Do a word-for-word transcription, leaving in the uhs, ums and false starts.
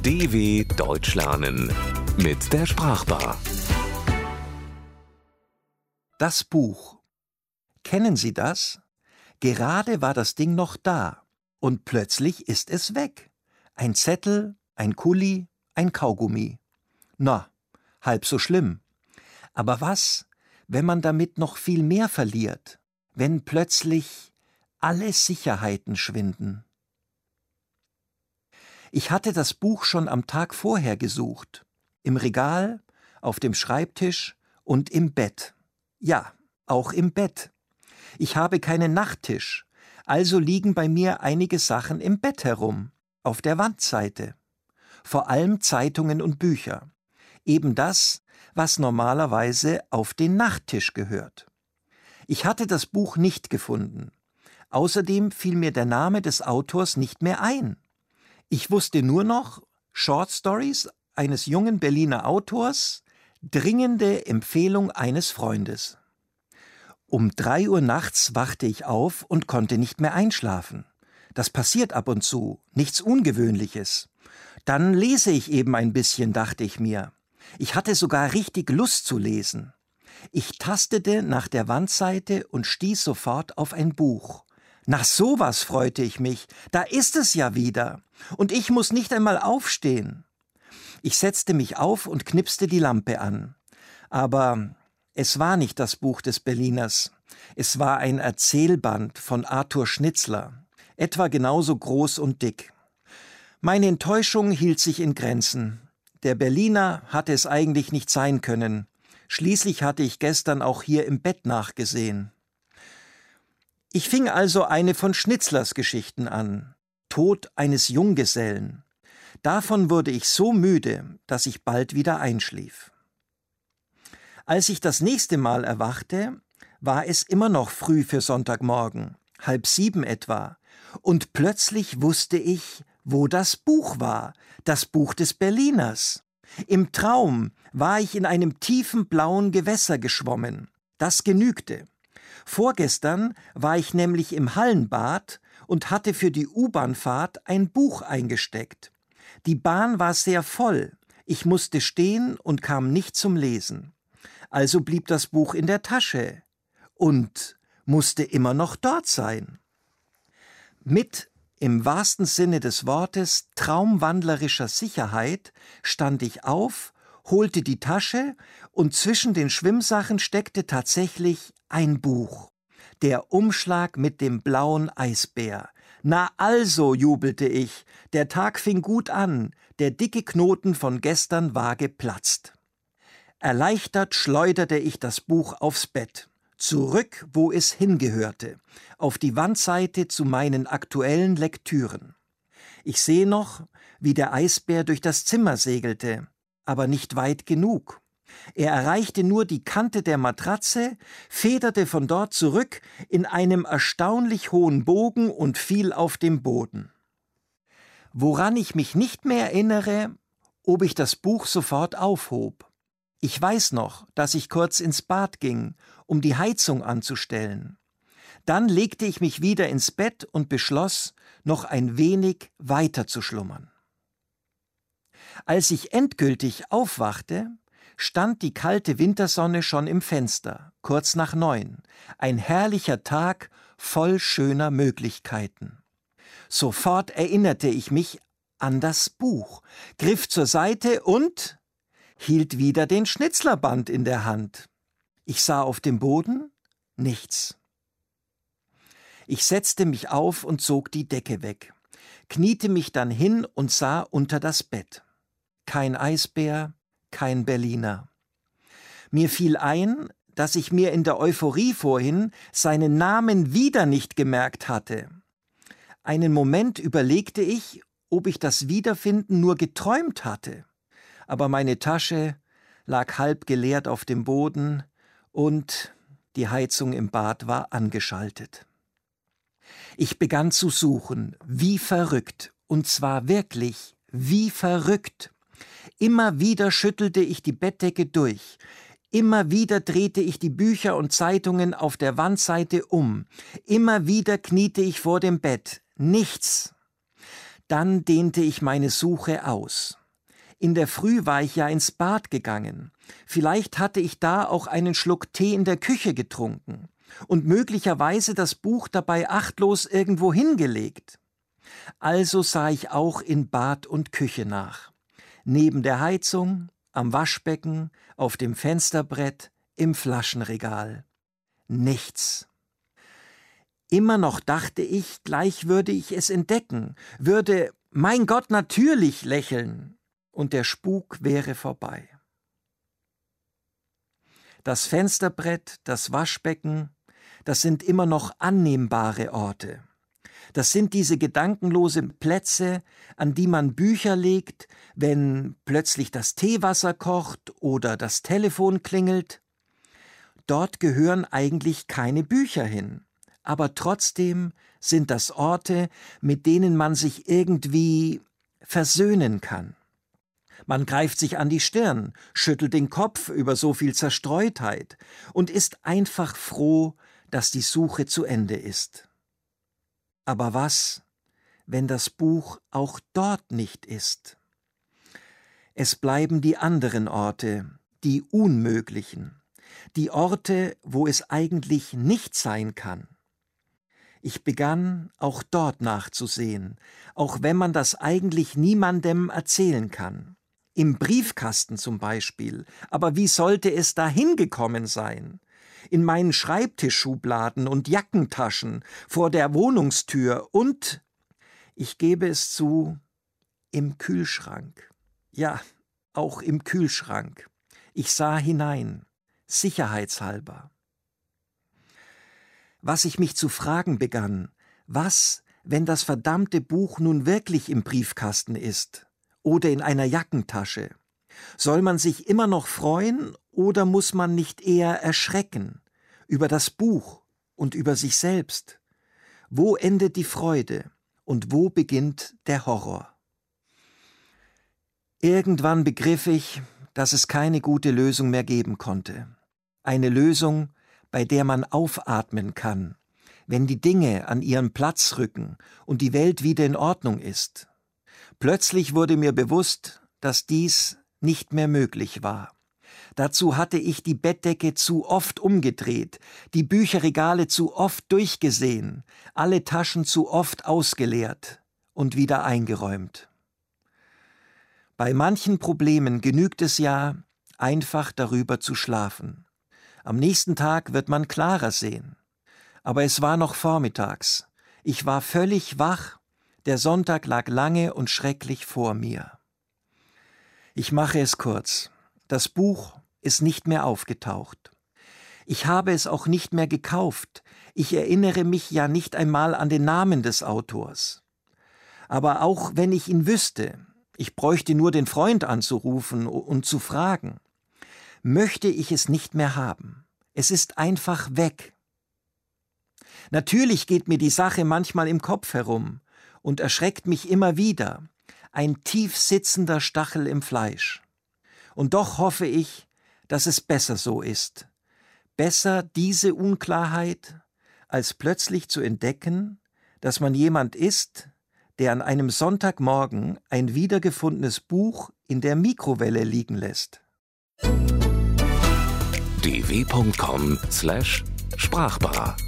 D W Deutsch lernen mit der Sprachbar. Das Buch. Kennen Sie das? Gerade war das Ding noch da und plötzlich ist es weg. Ein Zettel, ein Kuli, ein Kaugummi. Na, halb so schlimm. Aber was, wenn man damit noch viel mehr verliert? Wenn plötzlich alle Sicherheiten schwinden? Ich hatte das Buch schon am Tag vorher gesucht. Im Regal, auf dem Schreibtisch und im Bett. Ja, auch im Bett. Ich habe keinen Nachttisch, also liegen bei mir einige Sachen im Bett herum, auf der Wandseite. Vor allem Zeitungen und Bücher. Eben das, was normalerweise auf den Nachttisch gehört. Ich hatte das Buch nicht gefunden. Außerdem fiel mir der Name des Autors nicht mehr ein. Ich wusste nur noch, Short Stories eines jungen Berliner Autors, dringende Empfehlung eines Freundes. Um drei Uhr nachts wachte ich auf und konnte nicht mehr einschlafen. Das passiert ab und zu, nichts Ungewöhnliches. Dann lese ich eben ein bisschen, dachte ich mir. Ich hatte sogar richtig Lust zu lesen. Ich tastete nach der Wandseite und stieß sofort auf ein Buch. Nach sowas freute ich mich, da ist es ja wieder. Und ich muss nicht einmal aufstehen. Ich setzte mich auf und knipste die Lampe an. Aber es war nicht das Buch des Berliners. Es war ein Erzählband von Arthur Schnitzler, etwa genauso groß und dick. Meine Enttäuschung hielt sich in Grenzen. Der Berliner hatte es eigentlich nicht sein können. Schließlich hatte ich gestern auch hier im Bett nachgesehen. Ich fing also eine von Schnitzlers Geschichten an. Tod eines Junggesellen. Davon wurde ich so müde, dass ich bald wieder einschlief. Als ich das nächste Mal erwachte, war es immer noch früh für Sonntagmorgen, halb sieben etwa, und plötzlich wusste ich, wo das Buch war, das Buch des Berliners. Im Traum war ich in einem tiefen blauen Gewässer geschwommen. Das genügte. Vorgestern war ich nämlich im Hallenbad und hatte für die U-Bahn-Fahrt ein Buch eingesteckt. Die Bahn war sehr voll. Ich musste stehen und kam nicht zum Lesen. Also blieb das Buch in der Tasche und musste immer noch dort sein. Mit, im wahrsten Sinne des Wortes, traumwandlerischer Sicherheit stand ich auf, holte die Tasche und zwischen den Schwimmsachen steckte tatsächlich ein Buch. Der Umschlag mit dem blauen Eisbär. Na also, jubelte ich, der Tag fing gut an, der dicke Knoten von gestern war geplatzt. Erleichtert schleuderte ich das Buch aufs Bett, zurück, wo es hingehörte, auf die Wandseite zu meinen aktuellen Lektüren. Ich sehe noch, wie der Eisbär durch das Zimmer segelte, aber nicht weit genug. Er erreichte nur die Kante der Matratze, federte von dort zurück in einem erstaunlich hohen Bogen und fiel auf den Boden. Woran ich mich nicht mehr erinnere, ob ich das Buch sofort aufhob. Ich weiß noch, dass ich kurz ins Bad ging, um die Heizung anzustellen. Dann legte ich mich wieder ins Bett und beschloss, noch ein wenig weiter zu schlummern. Als ich endgültig aufwachte, stand die kalte Wintersonne schon im Fenster, kurz nach neun. Ein herrlicher Tag voll schöner Möglichkeiten. Sofort erinnerte ich mich an das Buch, griff zur Seite und hielt wieder den Schnitzlerband in der Hand. Ich sah auf dem Boden nichts. Ich setzte mich auf und zog die Decke weg, kniete mich dann hin und sah unter das Bett. Kein Eisbär, kein Berliner. Mir fiel ein, dass ich mir in der Euphorie vorhin seinen Namen wieder nicht gemerkt hatte. Einen Moment überlegte ich, ob ich das Wiederfinden nur geträumt hatte. Aber meine Tasche lag halb geleert auf dem Boden und die Heizung im Bad war angeschaltet. Ich begann zu suchen, wie verrückt, und zwar wirklich wie verrückt. Immer wieder schüttelte ich die Bettdecke durch. Immer wieder drehte ich die Bücher und Zeitungen auf der Wandseite um. Immer wieder kniete ich vor dem Bett. Nichts. Dann dehnte ich meine Suche aus. In der Früh war ich ja ins Bad gegangen. Vielleicht hatte ich da auch einen Schluck Tee in der Küche getrunken und möglicherweise das Buch dabei achtlos irgendwo hingelegt. Also sah ich auch in Bad und Küche nach. Neben der Heizung, am Waschbecken, auf dem Fensterbrett, im Flaschenregal. Nichts. Immer noch dachte ich, gleich würde ich es entdecken, würde, mein Gott, natürlich lächeln, und der Spuk wäre vorbei. Das Fensterbrett, das Waschbecken, das sind immer noch annehmbare Orte. Das sind diese gedankenlosen Plätze, an die man Bücher legt, wenn plötzlich das Teewasser kocht oder das Telefon klingelt. Dort gehören eigentlich keine Bücher hin, aber trotzdem sind das Orte, mit denen man sich irgendwie versöhnen kann. Man greift sich an die Stirn, schüttelt den Kopf über so viel Zerstreutheit und ist einfach froh, dass die Suche zu Ende ist. Aber was, wenn das Buch auch dort nicht ist? Es bleiben die anderen Orte, die unmöglichen, die Orte, wo es eigentlich nicht sein kann. Ich begann, auch dort nachzusehen, auch wenn man das eigentlich niemandem erzählen kann. Im Briefkasten zum Beispiel, aber wie sollte es dahin gekommen sein? In meinen Schreibtischschubladen und Jackentaschen, vor der Wohnungstür und, ich gebe es zu, im Kühlschrank. Ja, auch im Kühlschrank. Ich sah hinein, sicherheitshalber. Was ich mich zu fragen begann, was, wenn das verdammte Buch nun wirklich im Briefkasten ist oder in einer Jackentasche? Soll man sich immer noch freuen oder muss man nicht eher erschrecken über das Buch und über sich selbst? Wo endet die Freude und wo beginnt der Horror? Irgendwann begriff ich, dass es keine gute Lösung mehr geben konnte. Eine Lösung, bei der man aufatmen kann, wenn die Dinge an ihren Platz rücken und die Welt wieder in Ordnung ist. Plötzlich wurde mir bewusst, dass dies nicht mehr möglich war. Dazu hatte ich die Bettdecke zu oft umgedreht, die Bücherregale zu oft durchgesehen, alle Taschen zu oft ausgeleert und wieder eingeräumt. Bei manchen Problemen genügt es ja, einfach darüber zu schlafen. Am nächsten Tag wird man klarer sehen. Aber es war noch vormittags. Ich war völlig wach. Der Sonntag lag lange und schrecklich vor mir. Ich mache es kurz. Das Buch ist nicht mehr aufgetaucht. Ich habe es auch nicht mehr gekauft. Ich erinnere mich ja nicht einmal an den Namen des Autors. Aber auch wenn ich ihn wüsste, ich bräuchte nur den Freund anzurufen und zu fragen, möchte ich es nicht mehr haben. Es ist einfach weg. Natürlich geht mir die Sache manchmal im Kopf herum und erschreckt mich immer wieder, ein tief sitzender Stachel im Fleisch. Und doch hoffe ich, dass es besser so ist. Besser diese Unklarheit, als plötzlich zu entdecken, dass man jemand ist, der an einem Sonntagmorgen ein wiedergefundenes Buch in der Mikrowelle liegen lässt. d w punkt com slash sprachbar